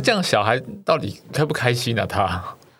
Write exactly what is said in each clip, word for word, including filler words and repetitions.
这样小孩到底开不开心啊？他？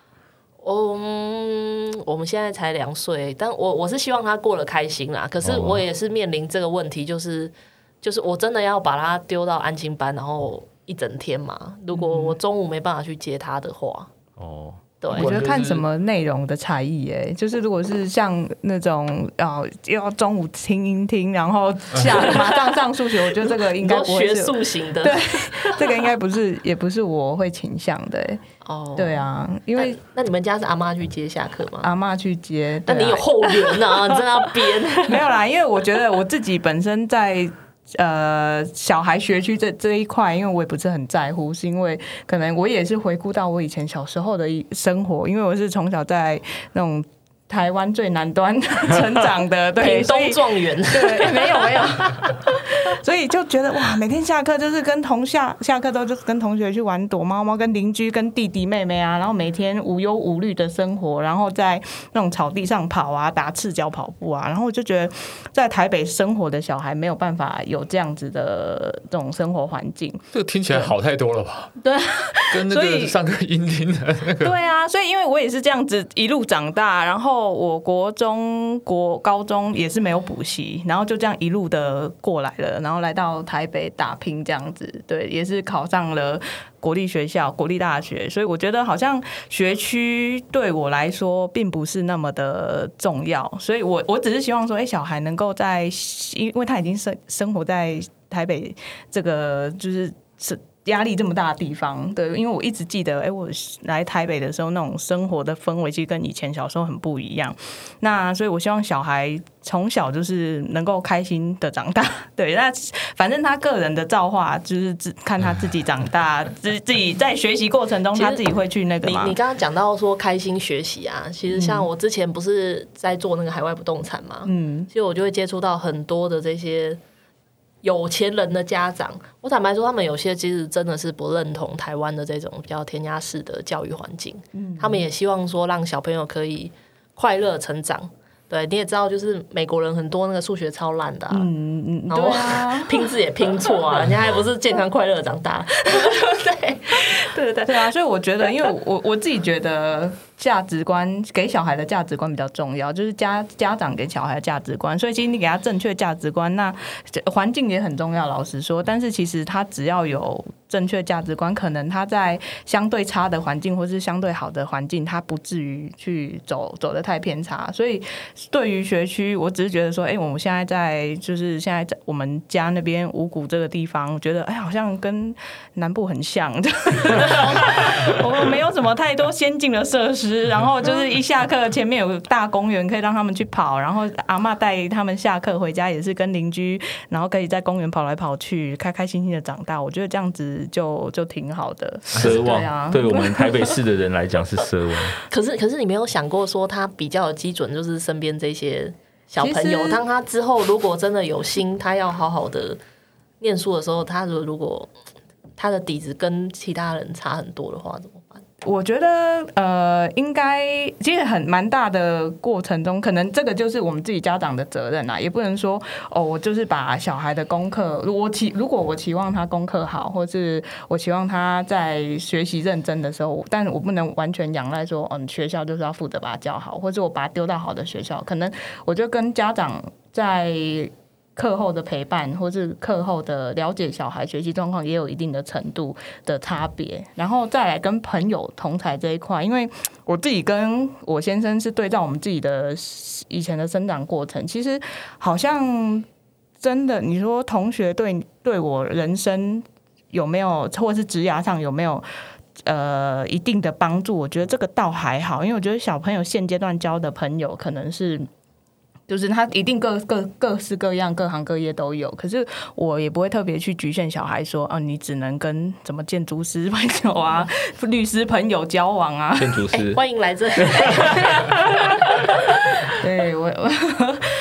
嗯，我们现在才两岁，但我我是希望他过得开心啦。可是我也是面临这个问题，就是就是我真的要把他丢到安亲班，然后一整天嘛。如果我中午没办法去接他的话，哦。 我觉得看什么内容的差异哎，就是如果是像那种哦要中午听音听，然后下马上上数学，我觉得这个应该不会是学术型的， 对，这个应该不是，也不是我会倾向的哎。哦，对啊，因为那, 那你们家是阿嬷去接下课吗？ 阿嬷去接， 那、啊、你有后援啊，你在那边没有啦，因为我觉得我自己本身在。呃，小孩学区这这一块，因为我也不是很在乎，是因为可能我也是回顾到我以前小时候的生活，因为我是从小在那种台湾最南端成长的，对， 屏东状元， 对，没有没有，所以就觉得哇，每天下课就是跟同下下课都就跟同学去玩躲猫猫，跟邻居、跟弟弟妹妹啊，然后每天无忧无虑的生活，然后在那种草地上跑啊，打赤脚跑步啊，然后我就觉得在台北生活的小孩没有办法有这样子的这种生活环境。 这个听起来好太多了吧？ 对， 跟那个上课音听的那个。 对啊，所以因为我也是这样子一路长大，然后我国中、国高中也是没有补习，然后就这样一路的过来了，然后来到台北打拼这样子，对，也是考上了国立学校、国立大学，所以我觉得好像学区对我来说并不是那么的重要，所以我我只是希望说，哎，小孩能够在，因为他已经生生活在台北这个就是是。压力这么大的地方，对，因为我一直记得，哎，我来台北的时候，那种生活的氛围其实跟以前小时候很不一样。那所以我希望小孩从小就是能够开心的长大，对，那反正他个人的造化就是看他自己长大，自自己在学习过程中他自己会去那个嘛。 你你刚刚讲到说开心学习啊，其实像我之前不是在做那个海外不动产嘛，嗯，所以我就会接触到很多的这些。有钱人的家长，我坦白说，他们有些其实真的是不认同台湾的这种比较填鸭式的教育环境，嗯，他们也希望说让小朋友可以快乐成长。对，你也知道，就是美国人很多那个数学超烂的、啊，嗯嗯，然后、啊、拼字也拼错啊，人家还不是健康快乐长大，对对对对啊，所以我觉得，因为我我自己觉得价值观给小孩的价值观比较重要，就是家家长给小孩的价值观，所以其实你给他正确价值观，那环境也很重要，老实说，但是其实他只要有正确价值观，可能他在相对差的环境或是相对好的环境，他不至于去走走得太偏差，所以。对于学区，我只是觉得说，哎、欸，我们现在在就是现在在我们家那边五股这个地方，我觉得哎、欸，好像跟南部很像，我们没有什么太多先进的设施，然后就是一下课前面有个大公园可以让他们去跑，然后阿嬷带他们下课回家也是跟邻居，然后可以在公园跑来跑去，开开心心的长大。我觉得这样子就就挺好的。 奢望，对啊，对我们台北市的人来讲是奢望。 可是可是你没有想过说他比较有基准，就是身边这些小朋友，当他之后如果真的有心，他要好好的念书的时候，他如果他的底子跟其他人差很多的话，怎么办？ 我觉得呃，应该其实很蛮大的过程中，可能这个就是我们自己家长的责任啦，也不能说哦，我就是把小孩的功课，我期如果我期望他功课好，或是我期望他在学习认真的时候，但我不能完全仰赖说，嗯、哦，学校就是要负责把他教好，或者我把他丢到好的学校，可能我就跟家长在。课后的陪伴或是课后的了解小孩学习状况也有一定的程度的差别，然后再来跟朋友同侪这一块，因为我自己跟我先生是对照我们自己的以前的生长过程，其实好像真的你说同学对对我人生有没有或是职涯上有没有呃一定的帮助，我觉得这个倒还好，因为我觉得小朋友现阶段交的朋友可能是就是他一定各各各式各样各行各业都有，可是我也不会特别去局限小孩说，哦，你只能跟什么建筑师朋友啊、律师朋友交往啊。 建筑师、 欸、欢迎来这里。 对我，我所以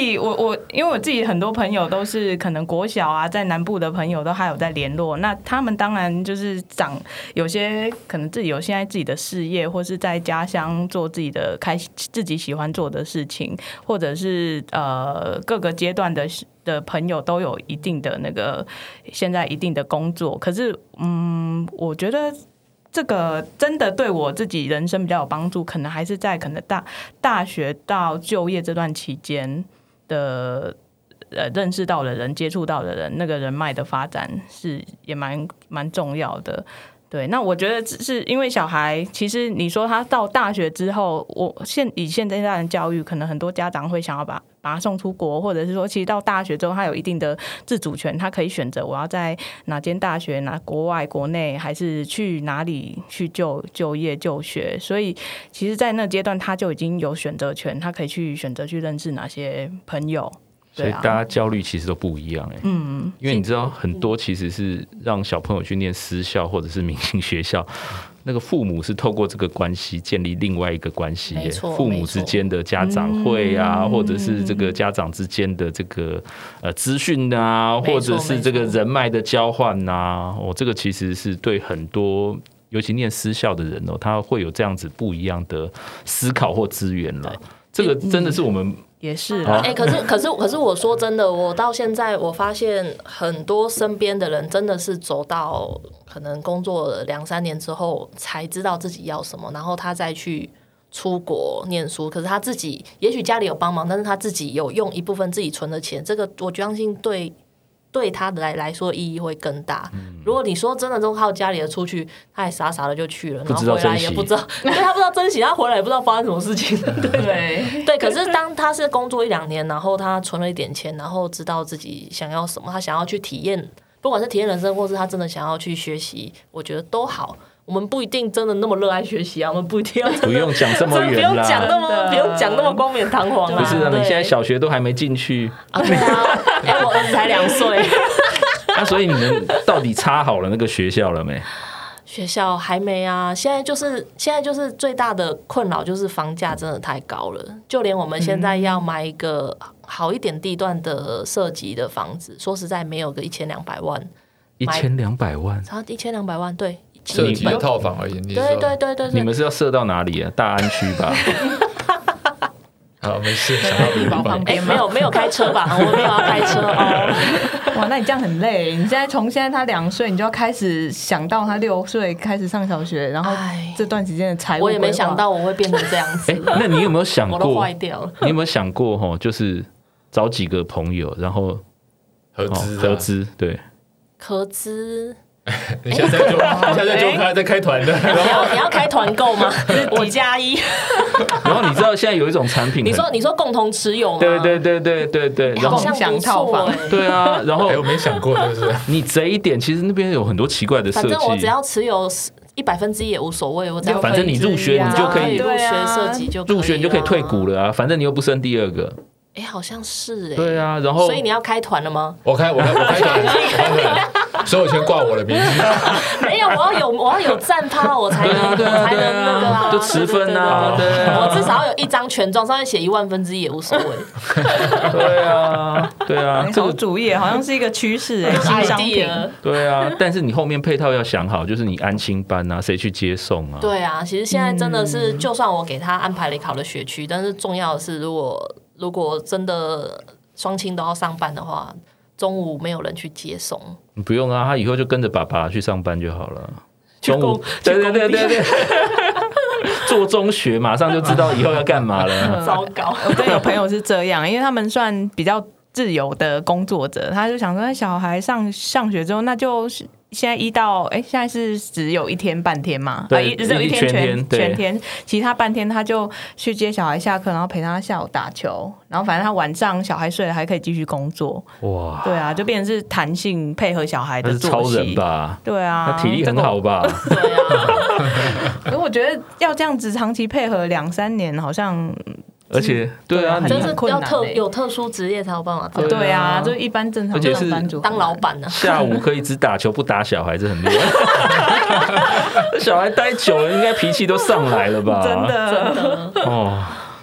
己我我因为我自己很多朋友都是可能国小啊，在南部的朋友都还有在联络，那他们当然就是长有些可能自己有现在自己的事业，或是在家乡做自己的开自己喜欢做的事情，或者是呃各个阶段的的朋友都有一定的那个现在一定的工作，可是嗯，我觉得。这个真的对我自己人生比较有帮助，可能还是在可能大大学到就业这段期间的呃认识到的人、接触到的人，那个人脉的发展是也蛮蛮重要的。对，那我觉得是因为小孩，其实你说他到大学之后，我现以现在的教育，可能很多家长会想要把把他送出国，或者是说，其实到大学之后，他有一定的自主权，他可以选择我要在哪间大学、哪国外、国内，还是去哪里去就就业、就学。所以，其实，在那阶段，他就已经有选择权，他可以去选择去认识哪些朋友。 所以大家焦虑其实都不一样哎、欸，嗯，因为你知道很多其实是让小朋友去念私校或者是明星学校，那个父母是透过这个关系建立另外一个关系、欸，父母之间的家长会啊，或者是这个家长之间的这个呃资讯啊，或者是这个人脉的交换啊，哦，这个其实是对很多。尤其念私校的人哦，他会有这样子不一样的思考或资源了。这个真的是我们也是哎、欸，可是可是可是我说真的，我到现在我发现很多身边的人真的是走到可能工作了两三年之后才知道自己要什么，然后他再去出国念书。可是他自己也许家里有帮忙，但是他自己有用一部分自己存的钱，这个我相信对。对他的 来, 来说意义会更大、嗯。如果你说真的都靠家里的出去，他还傻傻的就去了，然后回来也不知道，对他不知道珍惜，他回来也不知道发生什么事情。对对对。可是当他是工作一两年，然后他存了一点钱，然后知道自己想要什么，他想要去体验，不管是体验人生，或是他真的想要去学习，我觉得都好。我们不一定真的那么热爱学习啊，我们不一定要不用讲这么远啦， 不用讲那么不用讲那么光冕堂皇啦。 不是啊，你现在小学都还没进去啊？对啊，哎、欸，我儿子才两岁。 那、啊、所以你们到底插好了那个学校了没？ 学校还没啊，现在就是现在就是最大的困扰就是房价真的太高了，就连我们现在要买一个好一点地段的设计的房子，说实在没有个一千两百万， 一千两百万， 差一千两百万，对。 设计套房而已， 对对对对对， 你们是要设到哪里啊？大安区吧。 好，没事，想到地方旁边、 欸、没有没有开车吧？我没有要开车哦。 哇，那你这样很累。你现在从现在他两岁，你就要开始想到他六岁开始上小学，然后这段时间的财务， 我也没想到我会变成这样子。 哎、欸，那你有没有想过？ 我都坏掉了。 你有没有想过哈？就是找几个朋友，然后合资、啊、 合资，对， 合资。 你现在就、欸、你现在就开在开团的， 你要你要开团购吗？我加一。 然后你知道现在有一种产品， 你说你说共同持有吗？ 对对对对对对， 然后共享套房， 对啊，然后、 欸、我没想过，是不是？ 你贼一点，其实那边有很多奇怪的设计。 反正我只要持有一百分之一也无所谓，我只要反正你入学你就可以入学设计就可以入学你就可以退股了啊，反正你又不生第二个。 哎、欸，好像是哎、欸。 对啊，然后所以你要开团了吗？ 我开，我开，我开团，我开团，所有钱挂我的名字。 没有，我要有，我要有站趴，我才能， 对啊， 才能那个啊， 就持分啊，对啊， 我至少要有一张权状，上面写一万分之一也无所谓。 对啊，对啊， 这个主业好像是一个趋势哎，新商品。 对啊，但是你后面配套要想好，就是你安亲班啊，谁去接送啊？ 对啊，其实现在真的是，就算我给他安排了考的学区，但是重要的是，如果如果真的双亲都要上班的话，中午没有人去接送。 不用啊，他以后就跟着爸爸去上班就好了。中午，对对对对对，做中学马上就知道以后要干嘛了。 糟糕， 我对有朋友是这样，因为他们算比较自由的工作者，他就想说，小孩上上学之后，那就现在一到哎、欸，现在是只有一天半天嘛， 对， 啊、只有一天全全天， 全天，其他半天他就去接小孩下课，然后陪他下午打球，然后反正他晚上小孩睡了还可以继续工作。哇，对啊，就变成是弹性配合小孩的作息。 超人吧？ 对啊， 他体力很好吧？ 这个、对啊。 可是我觉得要这样子长期配合两三年，好像。 而且，对啊， 真是要特有特殊职业才有办法做。 对啊，就是一般正常上班族当老板呢、啊。 下午可以只打球不打小孩，这很厉害。小孩待久了，应该脾气都上来了吧？ 真的， 真的。 哦。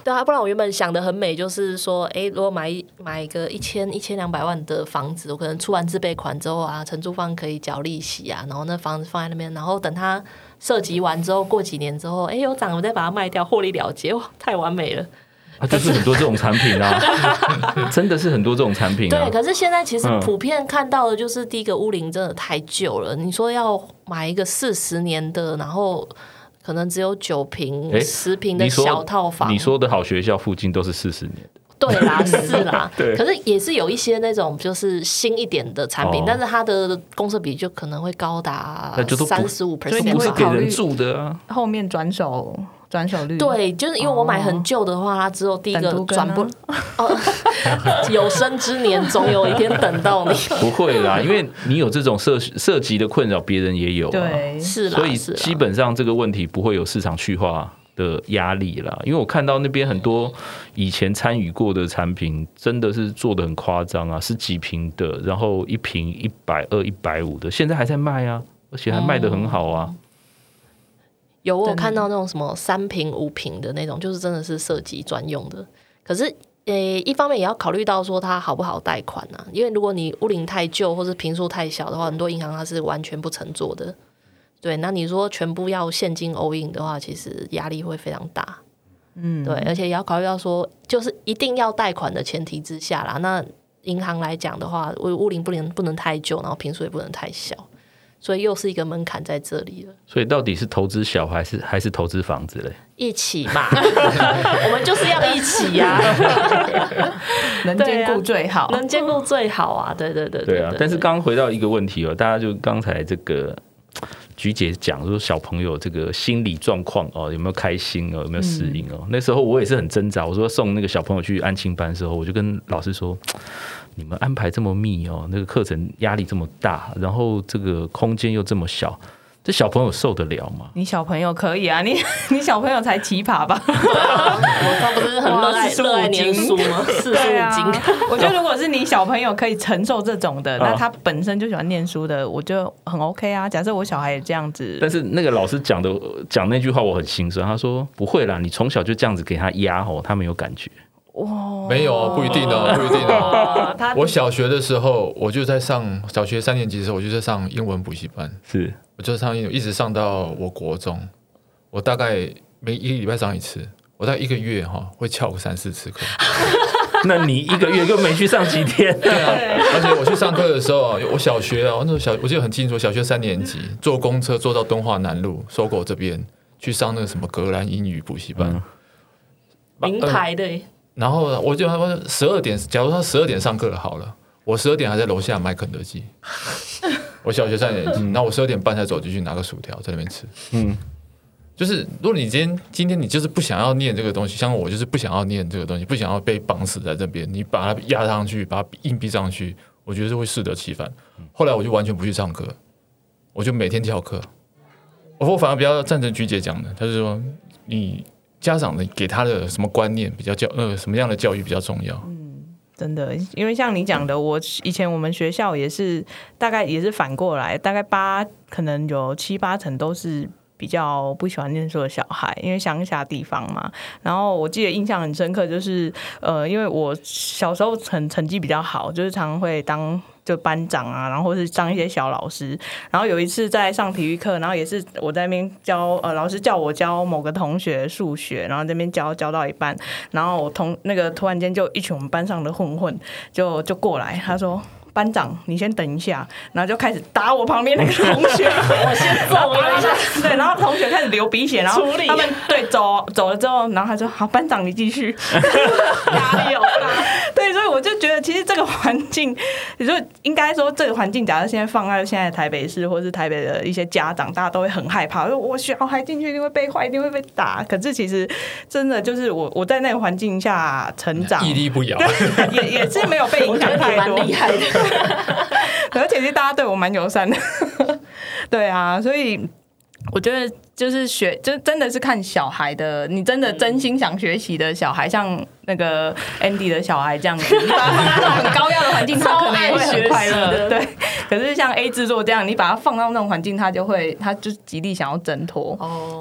对啊，不然我原本想的很美，就是说，哎，如果买买一个一千一千两百万的房子，我可能出完自备款之后啊，承租方可以缴利息啊，然后那房子放在那边，然后等它设计完之后，过几年之后，哎，有涨我再把它卖掉，获利了结，哇，太完美了。 啊，就是很多这种产品啊，真的是很多这种产品啊。 对，可是现在其实普遍看到的就是第一个屋龄真的太旧了。你说要买一个四十年的，然后可能只有九平、十平的小套房， 你说的好学校附近都是四十年的。对啦，是啦，可是也是有一些那种就是新一点的产品，哦、但是它的公设比就可能会高达三十五 percent， 所以你会给人住的啊。 后面转手。转手率对，就是因为我买很旧的话，它之后第一个转不、哦、有生之年总有一天等到你。 不会啦，因为你有这种涉涉及的困扰，别人也有、啊， 对， 是啦， 所以基本上这个问题不会有市场去化的压力啦。因为我看到那边很多以前参与过的产品，真的是做的很夸张啊，十几坪的，然后一坪一百二、一百五的，现在还在卖啊，而且还卖得很好啊。嗯有我有看到那种什么三坪五坪的那种，就是真的是设计专用的。可是，诶，一方面也要考虑到说它好不好贷款啊。因为如果你屋龄太旧或是坪数太小的话，很多银行它是完全不承做的。对，那你说全部要现金 all in 的话，其实压力会非常大。嗯，对，而且也要考虑到说，就是一定要贷款的前提之下啦。那银行来讲的话，屋龄不能不能太旧，然后坪数也不能太小。所以又是一个门槛在这里了。 所以到底是投资小孩是还是投资房子嘞？ 一起嘛，我们就是要一起呀、啊， 能兼顾最好， 能兼顾最好啊！对对对对, 对啊！但是刚刚回到一个问题哦，大家就刚才这个菊姐讲说小朋友这个心理状况哦，有没有开心哦，有没有适应哦？嗯、那时候我也是很挣扎，我说送那个小朋友去安亲班的时候，我就跟老师说。你们安排这么密哦，那个课程压力这么大，然后这个空间又这么小，这小朋友受得了吗？ 你小朋友可以啊，你你小朋友才奇葩吧？ 我他不是很热爱热爱念书吗？四书五经。 我觉得如果是你小朋友可以承受这种的，那他本身就喜欢念书的，我就很 OK 啊。假设我小孩也这样子， 但是那个老师讲的讲那句话我很心酸，他说不会啦，你从小就这样子给他压哦，他没有感觉。 没有哦，不一定哦，不一定哦。我小学的时候，我就在上小学三年级的时候，我就在上英文补习班， 是， 我就上英文，一直上到我国中。我大概每一个礼拜上一次，我大概一个月哈会翘个三四次课。 那你一个月又没去上几天？ 对啊，而且我去上课的时候，我小学啊，那时候小我记得很清楚，小学三年级坐公车坐到敦化南路搜狗这边去上那个什么格兰英语补习班， 嗯、名牌的、欸。 然后我就十二点，假如说十二点上课好了，我十二点还在楼下买肯德基。我小学三年级，然后我十二点半才走进去拿个薯条在那边吃。嗯，就是如果你今天今天你就是不想要念这个东西，像我就是不想要念这个东西，不想要被绑死在这边，你把它压上去，把它硬逼上去，我觉得是会适得其反。后来我就完全不去上课，我就每天翘课。我反而比较赞成菊姐讲的，她是说你。家长的给他的什么观念比较教呃什么样的教育比较重要？ 嗯，真的，因为像你讲的，我以前我们学校也是大概也是反过来，大概八可能有七八成都是比较不喜欢念书的小孩，因为乡下地方嘛。然后我记得印象很深刻，就是呃，因为我小时候成成绩比较好，就是常常会当。就班长啊，然后或是当一些小老师，然后有一次在上体育课，然后也是我在那边教，呃，老师叫我教某个同学数学，然后这边教教到一半，然后我同那个突然间就一群我们班上的混混就就过来，他说。班长，你先等一下，然后就开始打我旁边那个同学， 我先揍了一下， 对，然后同学开始流鼻血，然后他们对走走了之后，然后他说好，班长你继续， 压力好大， 对，所以我就觉得其实这个环境，也就应该说这个环境，假如现在放在现在台北市或是台北的一些家长，大家都会很害怕，我小孩进去一定会被坏，一定会被打。可是其实真的就是我我在那个环境下成长， 屹立不摇， 也也是没有被影响太多， 蛮厉害的。 而且其实大家对我蛮友善的，对啊，所以我觉得就是学，就真的是看小孩的，你真的真心想学习的小孩，像那个 Andy 的小孩这样子，你把他放在那种很高压的环境，他可能也会很快乐，对。可是像 A 制作这样，你把他放到那种环境，他就会，他就极力想要挣脱。哦，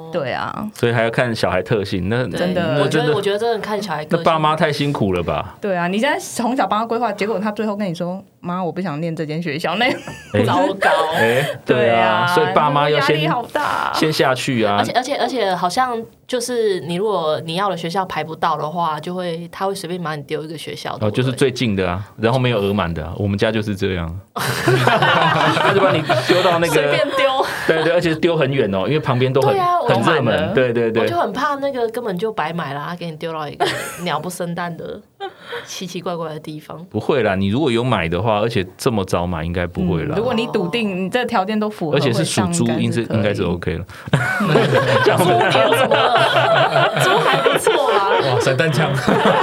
对啊， 所以还要看小孩特性。那真的， 我觉得我觉得真的看小孩个性。 那爸妈太辛苦了吧？ 对啊，你现在从小帮他规划，结果他最后跟你说：“妈，我不想念这间学校。”那糟糕。 哎，对啊，所以爸妈要先压力好大， 先下去啊。 而且而且而且好像就是你如果你要的学校排不到的话，就会他会随便把你丢一个学校。 哦，就是最近的啊，然后没有额满的、啊，我们家就是这样，他就把你丢到那个随便丢， 对对，而且丢很远哦，因为旁边都很、 啊、 很热门，对对对， 我就很怕那个根本就白买啦，他给你丢到一个鸟不生蛋的奇奇怪怪的地方。 不会啦，你如果有买的话，而且这么早买，应该不会啦、嗯。 如果你笃定你这条件都符合， 而且是属猪，应是应该是 OK 了。 猪年怎么了？猪还不错啊！ 哇，散弹枪。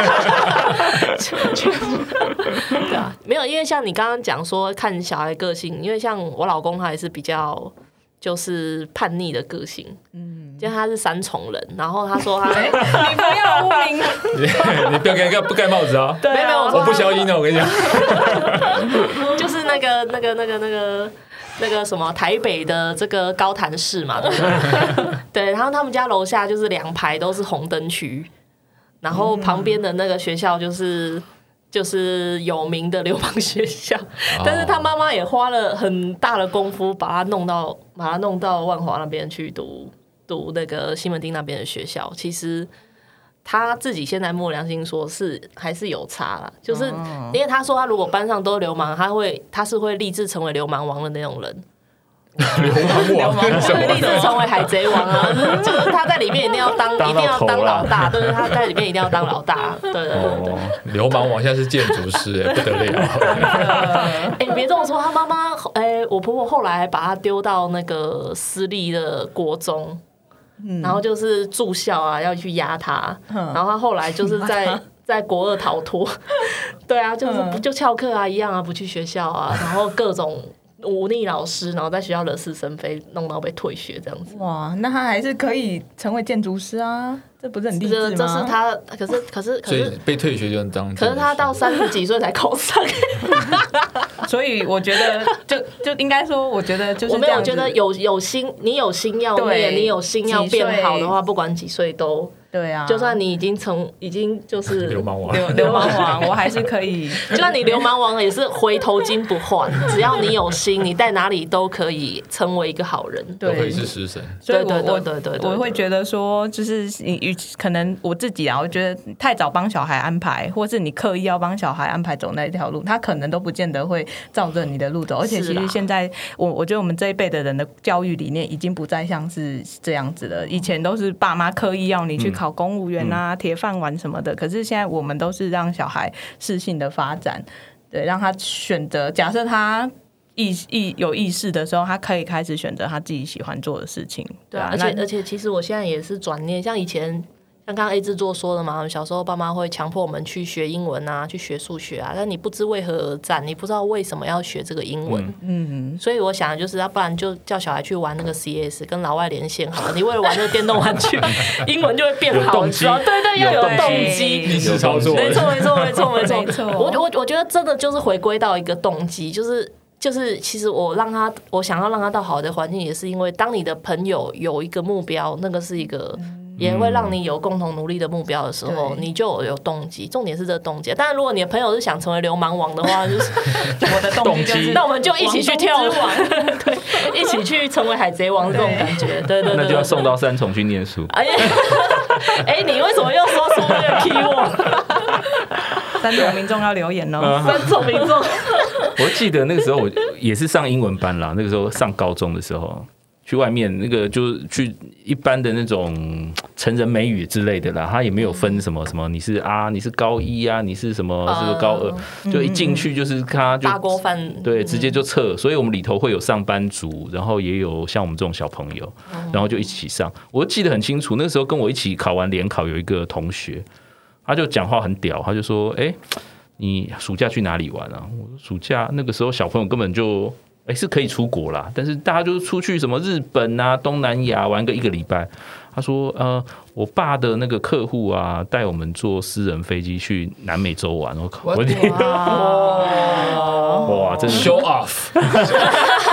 对啊，没有，因为像你刚刚讲说看小孩个性，因为像我老公他也是比较就是叛逆的个性，嗯，就他是三重人，然后他说他， 你不要污名， 你不要给不盖帽子啊！ 没有没有， 我不消音的，我跟你讲， 就是那个那个那个那个。那个什么台北的这个高潭市嘛，对不对？对，然后他们家楼下就是两排都是红灯区，然后旁边的那个学校就是就是有名的流氓学校，但是他妈妈也花了很大的功夫把他弄到把他弄到万华那边去读读那个西门町那边的学校，其实。他自己现在摸良心说是还是有差啦，就是因为他说他如果班上都流氓，他会他是会立志成为流氓王的那种人。 流氓王立志成为海贼王啊，就是他在里面一定要当一定要当老大，对，他在里面一定要当老大，对对对对。 流氓王现在是建筑师，哎，不得了。 哎，别这么说，他妈妈，哎，我婆婆后来还把他丢到那个私立的国中。然后就是住校啊，要去压他，嗯、然后他后来就是在在国二逃脱，对啊，就是不就翘课啊一样啊，不去学校啊，然后各种忤逆老师，然后在学校惹是生非，弄到被退学这样子。 哇，那他还是可以成为建筑师啊，这不是很励志吗？ 这是他，可是可是可是， 所以被退学就能当。 可是他到三十几岁才考上。 所以我觉得就就应该说，我觉得就是我没有觉得有有心，你有心要练，你有心要变好的话，不管几岁都对啊。 就算你已经成已经就是流氓王， 流流氓王，我还是可以。 就算你流氓王也是回头金不换，只要你有心，你在哪里都可以成为一个好人， 都可以是食神。 所以我对对对对， 我会觉得说，就是你可能我自己啊，我觉得太早帮小孩安排，或是你刻意要帮小孩安排走那条路，他可能都不见得会照着你的路走。而且其实现在我我觉得我们这一辈的人的教育理念已经不再像是这样子了。以前都是爸妈刻意要你去考公务员啊、铁饭碗什么的，可是现在我们都是让小孩适性的发展，对，让他选择。假设他意意有意识的时候，他可以开始选择他自己喜欢做的事情。 对啊，而且而且其实我现在也是转念，像以前。像刚刚 A 制作说的嘛，小时候爸妈会强迫我们去学英文啊，去学数学啊，但你不知为何而战，你不知道为什么要学这个英文。嗯，所以我想就是，要不然就叫小孩去玩那个 C S， 跟老外连线好了。你为了玩这个电动玩具，英文就会变好，知道？对对，要有动机， 逆势操作。 没错没错没错没错。我我我觉得真的就是回归到一个动机，就是就是，其实我让他，我想要让他到好的环境，也是因为当你的朋友有一个目标，那个是一个。也会让你有共同努力的目标的时候，你就有动机。重点是这个动机。当然，如果你的朋友是想成为流氓王的话，就是我的动机就是， 那我们就一起去跳舞，对，一起去成为海贼王这种感觉。对对 对, 对， 那就要送到三重去念书。 哎，哎，你为什么又说出那个 keyword？ 三重民众要留言哦， 三重民众。 我记得那个时候我也是上英文班啦，那个时候上高中的时候。去外面那个就去一般的那种成人美语之类的啦，他也没有分什么什么你是啊你是高一啊你是什么是不是高二，嗯、就一进去就是他就大锅饭， 对，直接就测，所以我们里头会有上班族，然后也有像我们这种小朋友，然后就一起上。我记得很清楚，那个时候跟我一起考完联考有一个同学，他就讲话很屌，他就说：“哎、欸，你暑假去哪里玩啊？”我说：“暑假那个时候小朋友根本就。”哎、欸，是可以出国啦，但是大家就出去什么日本啊、东南亚玩个一个礼拜。他说：“呃，我爸的那个客户啊，带我们坐私人飞机去南美洲玩。”我靠，我哇， 哇，真的 show off，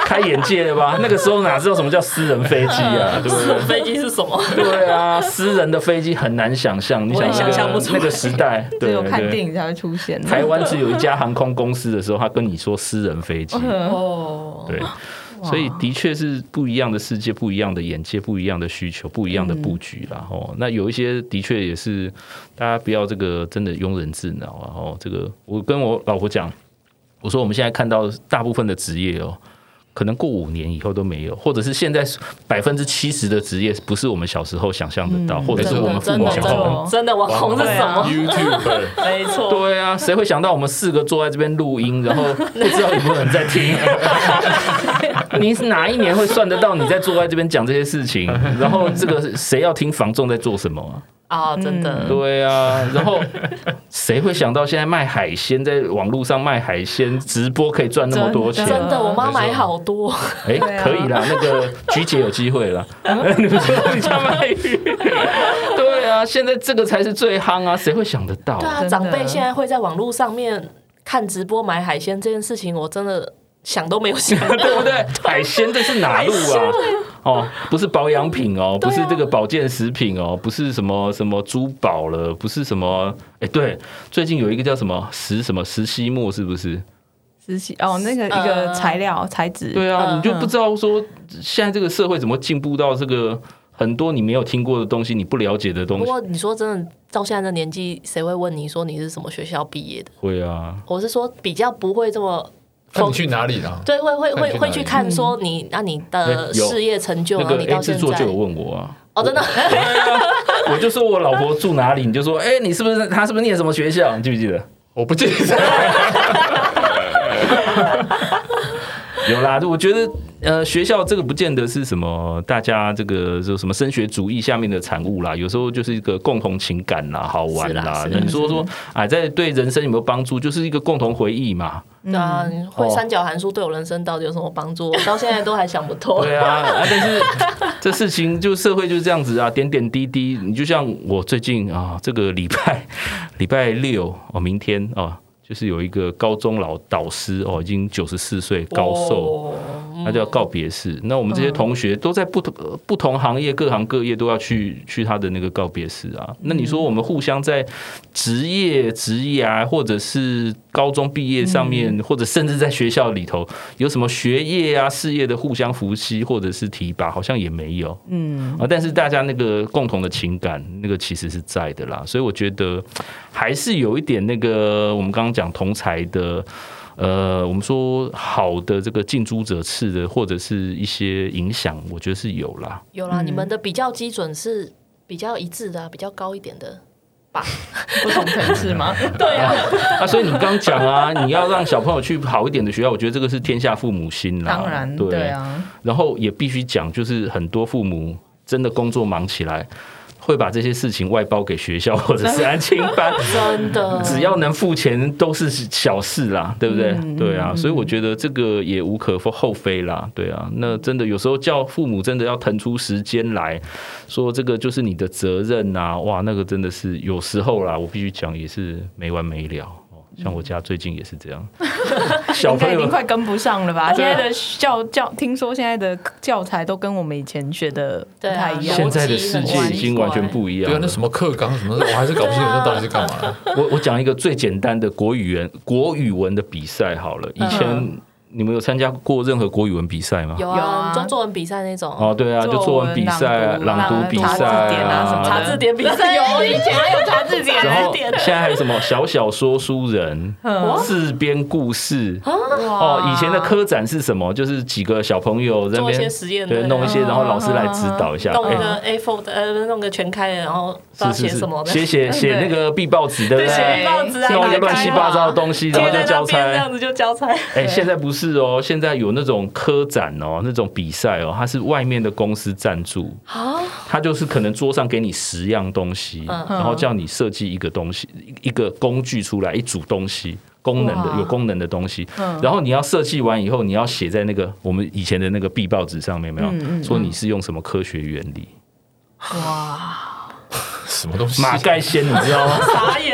开眼界了吧？那个时候哪知道什么叫私人飞机啊？对不对？ 私人飞机是什么？ 对啊，私人的飞机很难想象，你想想象不出来那个时代， 只有看电影才会出现。 台湾只有一家航空公司的时候，他跟你说私人飞机， 哦， 对。所以的确是不一样的世界，不一样的眼界，不一样的需求，不一样的布局啦。嗯、哦，那有一些的确也是大家不要这个真的庸人自扰啊。哦，这个我跟我老婆讲，我说我们现在看到大部分的职业哦。可能过五年以后都没有，或者是现在百分之七十的职业不是我们小时候想象得到，嗯、或者是我们父母想象的。 真的网红是什么 ？YouTuber， 没错。 对啊，谁会想到我们四个坐在这边录音，然后不知道有没有人在听？你是哪一年会算得到你在坐在这边讲这些事情？然后这个谁要听房仲在做什么啊？ 啊、哦，真的， 对啊，然后谁会想到现在卖海鲜，在网络上卖海鲜直播可以赚那么多钱？ 真的，我妈买好多。 哎、欸，可以啦，那个菊姐有机会了。你们说你家卖鱼？对啊，现在这个才是最夯啊，谁会想得到？ 对啊，长辈现在会在网络上面看直播买海鲜这件事情，我真的想都没有想过， 对不对？海鲜这是哪路啊？哦，不是保养品哦，不是这个保健食品哦，不是什么什么珠宝了，不是什么哎，对，最近有一个叫什么石什么石溪墨，是不是？ 石溪哦，那个一个材料、呃、材质。 对啊，你就不知道说现在这个社会怎么进步到这个很多你没有听过的东西，你不了解的东西。 不过你说真的，到现在的年纪，谁会问你说你是什么学校毕业的？ 会啊， 我是说比较不会这么。 看你去哪里了？ 对，会会会会去看说你，那、嗯啊、你的事业成就， 那个你到现在制作就有问我啊。 哦，真的。 我就说我老婆住哪里，你就说，哎、欸，你是不是她是不是念什么学校？你记不记得？ 我不记得。 有啦，我觉得呃，学校这个不见得是什么大家这个就什么升学主义下面的产物啦，有时候就是一个共同情感啦，好玩啦。那你说说啊，在对人生有没有帮助？就是一个共同回忆嘛。 对啊，会三角函数对我人生到底有什么帮助？我到现在都还想不透。 对啊，啊，但是这事情就社会就是这样子啊，点点滴滴。你就像我最近啊，这个礼拜礼拜六哦，明天哦。就是有一个高中老导师哦，已经九十四岁高寿，他叫告别式。那我们这些同学都在不同不同行业、各行各业都要去去他的那个告别式啊。那你说我们互相在职业、职涯或者是高中毕业上面，或者甚至在学校里头有什么学业啊、事业的互相扶持或者是提拔，好像也没有。嗯啊，但是大家那个共同的情感，那个其实是在的啦。所以我觉得还是有一点那个我们刚刚讲。讲同才的，呃，我们说好的这个近朱者赤的，或者是一些影响，我觉得是有啦。 有啦，嗯、你们的比较基准是比较一致的、啊，比较高一点的吧？ 不同层次吗？ 对啊。 啊，所以你刚讲啊，你要让小朋友去好一点的学校，我觉得这个是天下父母心啦。 当然， 对, 对啊。 然后也必须讲，就是很多父母真的工作忙起来。会把这些事情外包给学校或者是安亲班， 真的， 只要能付钱都是小事啦，对不对？嗯、对啊，所以我觉得这个也无可厚非啦，对啊。那真的有时候叫父母真的要腾出时间来说，这个就是你的责任啊，哇，那个真的是有时候啦，我必须讲也是没完没了。像我家最近也是这样， 小朋友已经快跟不上了吧？现在的教教，听说现在的教材都跟我们以前学的不太一样。 现在的世界已经完全不一样了。 对啊，那什么课纲什么的，我还是搞不清楚那到底是干嘛。 我我讲一个最简单的国语文国语文的比赛好了，以前。嗯你们有参加过任何国语文比赛吗？ 有啊，做作文比赛那种。 哦，对啊，就作文比赛、朗读比赛啊， 查字典比赛有，以前还有查字典。 然后现在还有什么小小说书人、自编故事。哦，以前的科展是什么？就是几个小朋友在那边做一些实验， 对，弄一些，然后老师来指导一下， 弄一个 A 四 的，呃，弄个全开的，然后不知道写什么的， 写写写那个壁报纸，对不对？ 写壁报纸啊， 弄一个乱七八糟的东西，然后就交差， 这样子就交差。 哎，现在不是哦，现在有那种科展哦，那种比赛哦，它是外面的公司赞助，它就是可能桌上给你十样东西，然后叫你设计一个东西，一个工具出来，一组东西。功能的有功能的东西，然后你要设计完以后，你要写在那个我们以前的那个壁报纸上面，有没有？嗯嗯嗯说你是用什么科学原理？ 哇， 什么东西？ 马盖先，你知道吗？ 傻眼。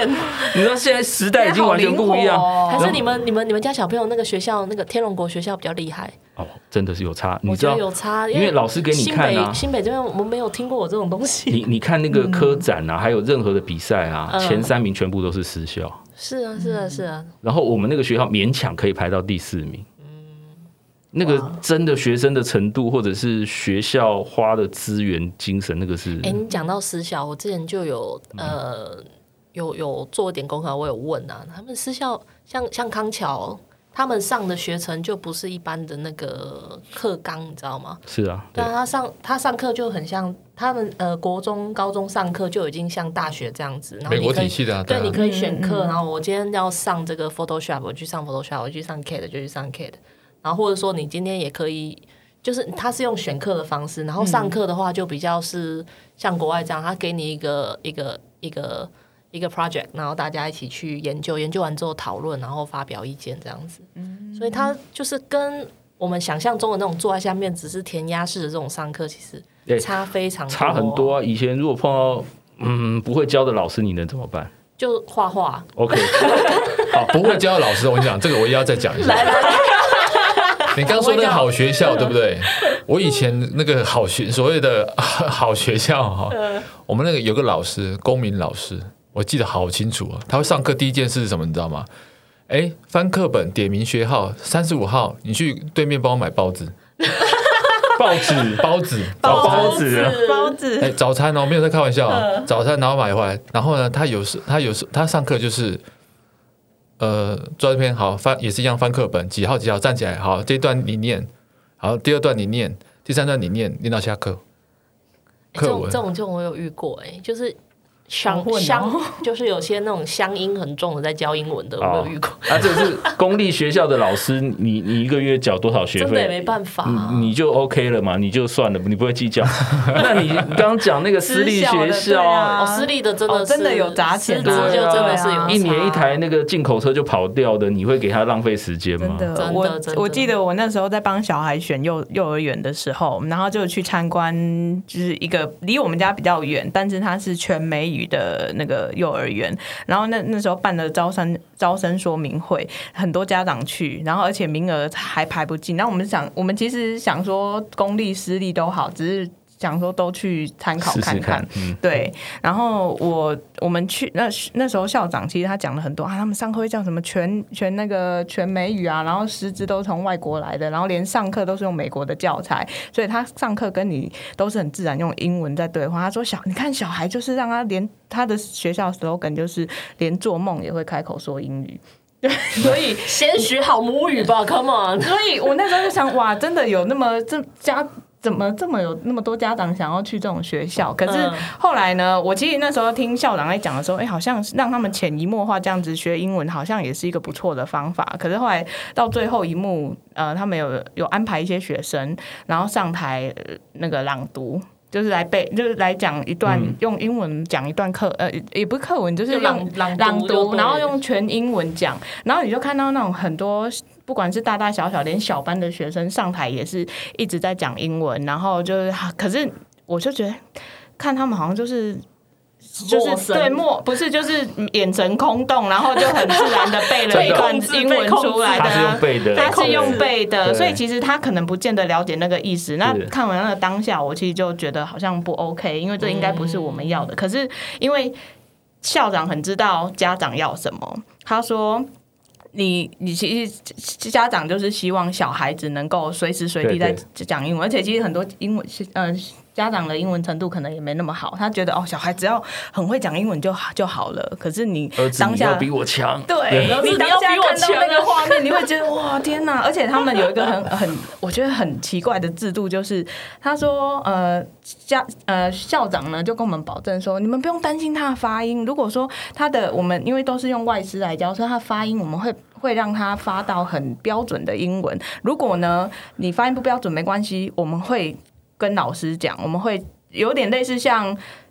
你知道现在时代已经完全不一样， 哦、 还是你们你们你们家小朋友那个学校那个天龙国学校比较厉害？ 哦，真的是有差， 我觉得有差， 因为老师给你看啊， 新北新北这边我们没有听过我这种东西。 你你看那个科展啊，嗯、还有任何的比赛啊， 嗯、 前三名全部都是私校。 是啊，是啊，是啊。 然后我们那个学校勉强可以排到第四名。那个真的学生的程度，或者是学校花的资源、精神，那个是。 哎、欸，你讲到私校，我之前就有呃有有做一点功课，我有问啊，他们私校像像康桥。他们上的学程就不是一般的那个课纲，你知道吗？ 是啊， 对啊，他上他上课就很像他们呃国中、高中上课就已经像大学这样子，然后美国体系的、啊， 对， 对啊， 你可以选课，然后我今天要上这个 Photoshop， 我去上 Photoshop， 我去上 C A D 就去上 C A D， 然后或者说你今天也可以，就是他是用选课的方式，然后上课的话就比较是像国外这样，他给你一个一个一个。一个 project， 然后大家一起去研究，研究完之后讨论，然后发表意见这样子。嗯、所以它就是跟我们想象中的那种坐在下面只是填鸭式的这种上课，其实差非常多、哦， 差很多啊！以前如果碰到嗯不会教的老师，你能怎么办？ 就画画。 OK， 好，不会教的老师，我跟你讲，这个我也要再讲一下。来来来，你刚说那个好学校对不对？我以前那个好学所谓的好学校哈，我们那个有个老师，公民老师。我记得好清楚啊！他会上课第一件事是什么？你知道吗？哎，翻课本，点名学号，三十五号，你去对面帮我买包子， 报纸， 包子， 包子， 包子。 哎，早餐哦，没有在开玩笑、哦，早餐然后买回来，然后呢，他有时他有时他上课就是，呃，坐这边好翻也是一样翻课本，几号几号站起来，好，这一段你念，好，第二段你念，第三段你念，念到下课。 课文这种这种我有遇过、欸，哎，就是。乡乡就是有些那种乡音很重的在教英文的，我有遇过。 啊，这是公立学校的老师，你你一个月缴多少学费？ 真的也没办法、啊你，你就 OK 了嘛，你就算了，你不会计较。那你刚刚讲那个私立学校啊，哦，私立的真的是、哦、 真的有砸钱， 就真的是有、啊、 一年一台那个进口车就跑掉的，你会给他浪费时间吗？ 真的，我我记得我那时候在帮小孩选幼幼儿园的时候，然后就去参观，就是一个离我们家比较远，但是它是全美语的那个幼儿园，然后那那时候办了招生招生说明会，很多家长去，然后而且名额还排不进。然后我们想，我们其实想说公立私立都好，只是想说都去参考看看。试试看嗯、对，然后我我们去那那时候校长其实他讲了很多啊，他们上课会叫什么全全那个全美语啊，然后师资都从外国来的，然后连上课都是用美国的教材，所以他上课跟你都是很自然用英文在对话。他说小你看小孩就是让他连他的学校 slogan 就是连做梦也会开口说英语。对，所以先学好母语吧 ，Come on！ 所以我那时候就想，哇，真的有那么这家怎么这么有那么多家长想要去这种学校？可是后来呢，我其实那时候听校长在讲的时候，哎、欸，好像让他们潜移默化这样子学英文，好像也是一个不错的方法。可是后来到最后一幕，呃，他们有有安排一些学生，然后上台、呃、那个朗读。就是来背，就是来讲一段、嗯、用英文讲一段课，呃，也不是课文，就是用朗读，然后用全英文讲，然后你就看到那种很多，不管是大大小小，连小班的学生上台也是一直在讲英文，然后就是，可是我就觉得看他们好像就是。就是对默不是就是眼神空洞，然后就很自然的背了一段英文出来的， 他是用背的， 他是用背的，所以其实他可能不见得了解那个意思。那看完那个当下，我其实就觉得好像不 OK， 因为这应该不是我们要的。嗯、可是因为校长很知道家长要什么，他说。你你其实家长就是希望小孩子能够随时随地在讲英文，而且其实很多英文呃家长的英文程度可能也没那么好，他觉得哦小孩只要很会讲英文就就好了。可是你当下儿子你要比我强， 对，你当下看到那个画面，你会觉得哇天哪！而且他们有一个很很我觉得很奇怪的制度，就是他说呃家呃校长呢就跟我们保证说，你们不用担心他的发音。如果说他的我们因为都是用外师来教，所以他的发音我们会。会让他发到很标准的英文。如果呢，你发音不标准没关系，我们会跟老师讲，我们会有点类似像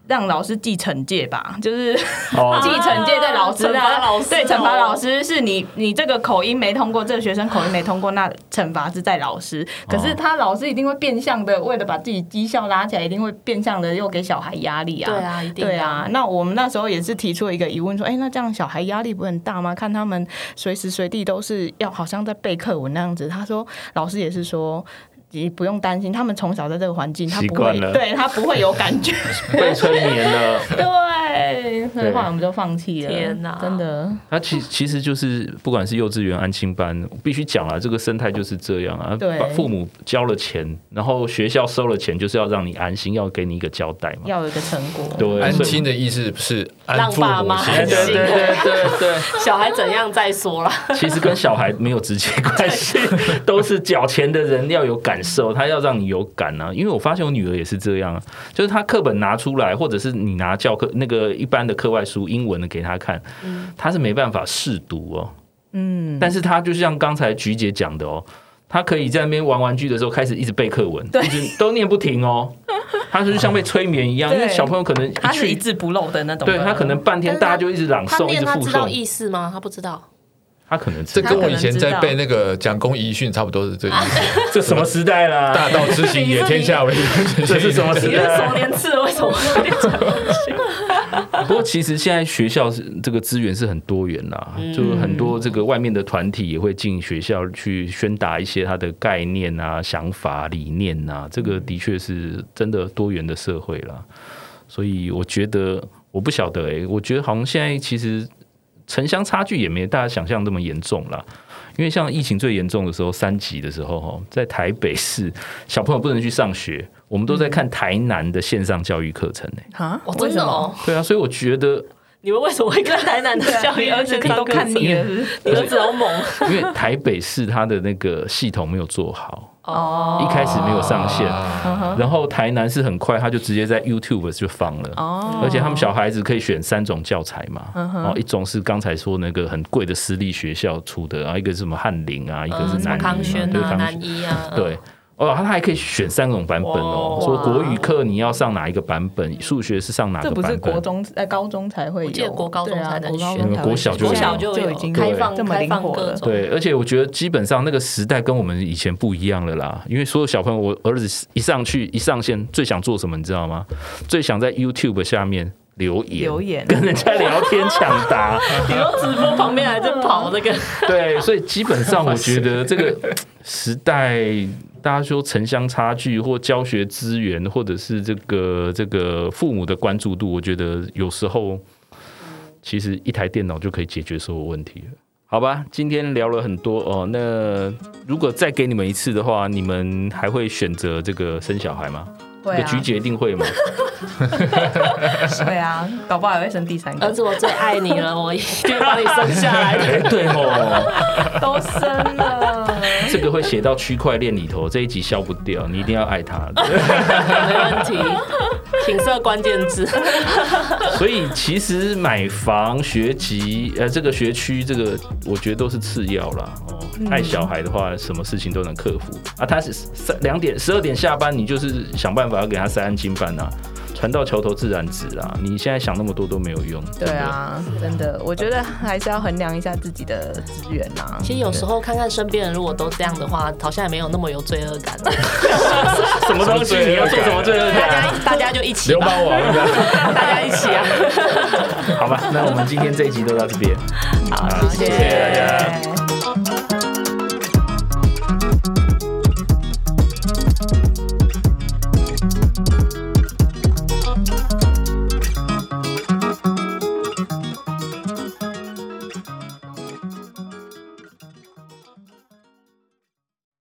让老师记惩戒吧，就是哦记惩戒在老师惩罚老师对，惩罚老师是你你这个口音没通过，这个学生口音没通过，那惩罚是在老师。可是他老师一定会变相的，为了把自己绩效拉起来，一定会变相的又给小孩压力啊。 对啊，一定对啊。那我们那时候也是提出了一个疑问，说，哎、欸，那这样小孩压力不会很大吗？看他们随时随地都是要好像在背课文那样子。他说，老师也是说。你不用担心，他们从小在这个环境，他不会，对他不会有感觉， 被催眠了。 对，所以后来我们就放弃了。 天哪， 真的。 他其其实就是不管是幼稚园、安亲班，必须讲了，这个生态就是这样啊。 对， 父母交了钱，然后学校收了钱，就是要让你安心，要给你一个交代嘛， 要有一个成果。 对， 安亲的意思是安父母心， 对对对对对。 小孩怎样再说啦。 其实跟小孩没有直接关系，都是缴钱的人要有感受，他要让你有感啊。因为我发现我女儿也是这样，就是她课本拿出来，或者是你拿教科那个一般的课外书英文的给她看，她是没办法试读哦。嗯，但是她就像刚才菊姐讲的哦，她可以在那边玩玩具的时候开始一直背课文，一直都念不停哦。他就是像被催眠一样，因为小朋友可能他是一字不漏的那种， 对他可能半天大家就一直朗诵，一直复诵。他知道意思吗？他不知道。 他可能这跟我以前在背那个蒋公遗训差不多是这个意思。 这什么时代啦？ 大道之行也，天下为营。这是什么时代？ 手连刺为什么会变成？ 不过其实现在学校这个资源是很多元啦，嗯、就很多这个外面的团体也会进学校去宣达一些他的概念啊、想法、理念啊，这个的确是真的多元的社会啦。所以我觉得，我不晓得哎、欸，我觉得好像现在其实。城乡差距也没大家想象那么严重啦，因为像疫情最严重的时候，三级的时候，在台北市小朋友不能去上学，我们都在看台南的线上教育课程呢、 欸。啊、 嗯，真的哦。 对啊，所以我觉得你们为什么会看台南的教育？ 而且都看腻了， 你儿子好猛。 因为台北市它的那个系统没有做好。哦，一开始没有上线，哦、然后台南是很快，他就直接在 YouTube 就放了，哦、而且他们小孩子可以选三种教材嘛，哦，一种是刚才说那个很贵的私立学校出的，然后一个是什么翰林啊，一个是南康轩啊、南一啊， 对。哦，他还可以选三种版本哦。说国语课你要上哪一个版本，数学是上哪个版本？ 这不是国中在高中才会有， 我记得国高中才能选， 啊、国小就国小就已经开放开放各种。 对，而且我觉得基本上那个时代跟我们以前不一样了啦。因为所有小朋友，我儿子一上去一上线，最想做什么你知道吗？最想在 YouTube 下面。留言， 留言跟人家聊天抢答， 你说直播旁边还在跑那个， 对，所以基本上我觉得这个时代，大家说城乡差距或教学资源，或者是这个这个父母的关注度，我觉得有时候其实一台电脑就可以解决所有问题了。好吧，今天聊了很多哦。那如果再给你们一次的话，你们还会选择这个生小孩吗？ 会啊， 这个菊姐一定会吗？ 对啊，搞不好也会生第三个。 儿子，我最爱你了，我一定把你生下来的。 哎，对哦， 都生了。 这个会写到区块链里头，这一集消不掉，你一定要爱他。 没问题，请设关键字。 所以其实买房、学籍、呃，这个学区，这个我觉得都是次要啦。哦，爱小孩的话，什么事情都能克服啊。他是两点、十二点下班，你就是想办法要给他塞安亲班啊。船到桥头自然直啦，你现在想那么多都没有用。 对啊，真的，我觉得还是要衡量一下自己的资源啊。 其实有时候看看身边人，如果都这样的话，好像也没有那么有罪恶感。 什么东西？你要做什么罪恶感？ 大家大家就一起吧， 流氓王， 大家一起啊。 好吧，那我们今天这一集都到这边。 好，谢谢大家。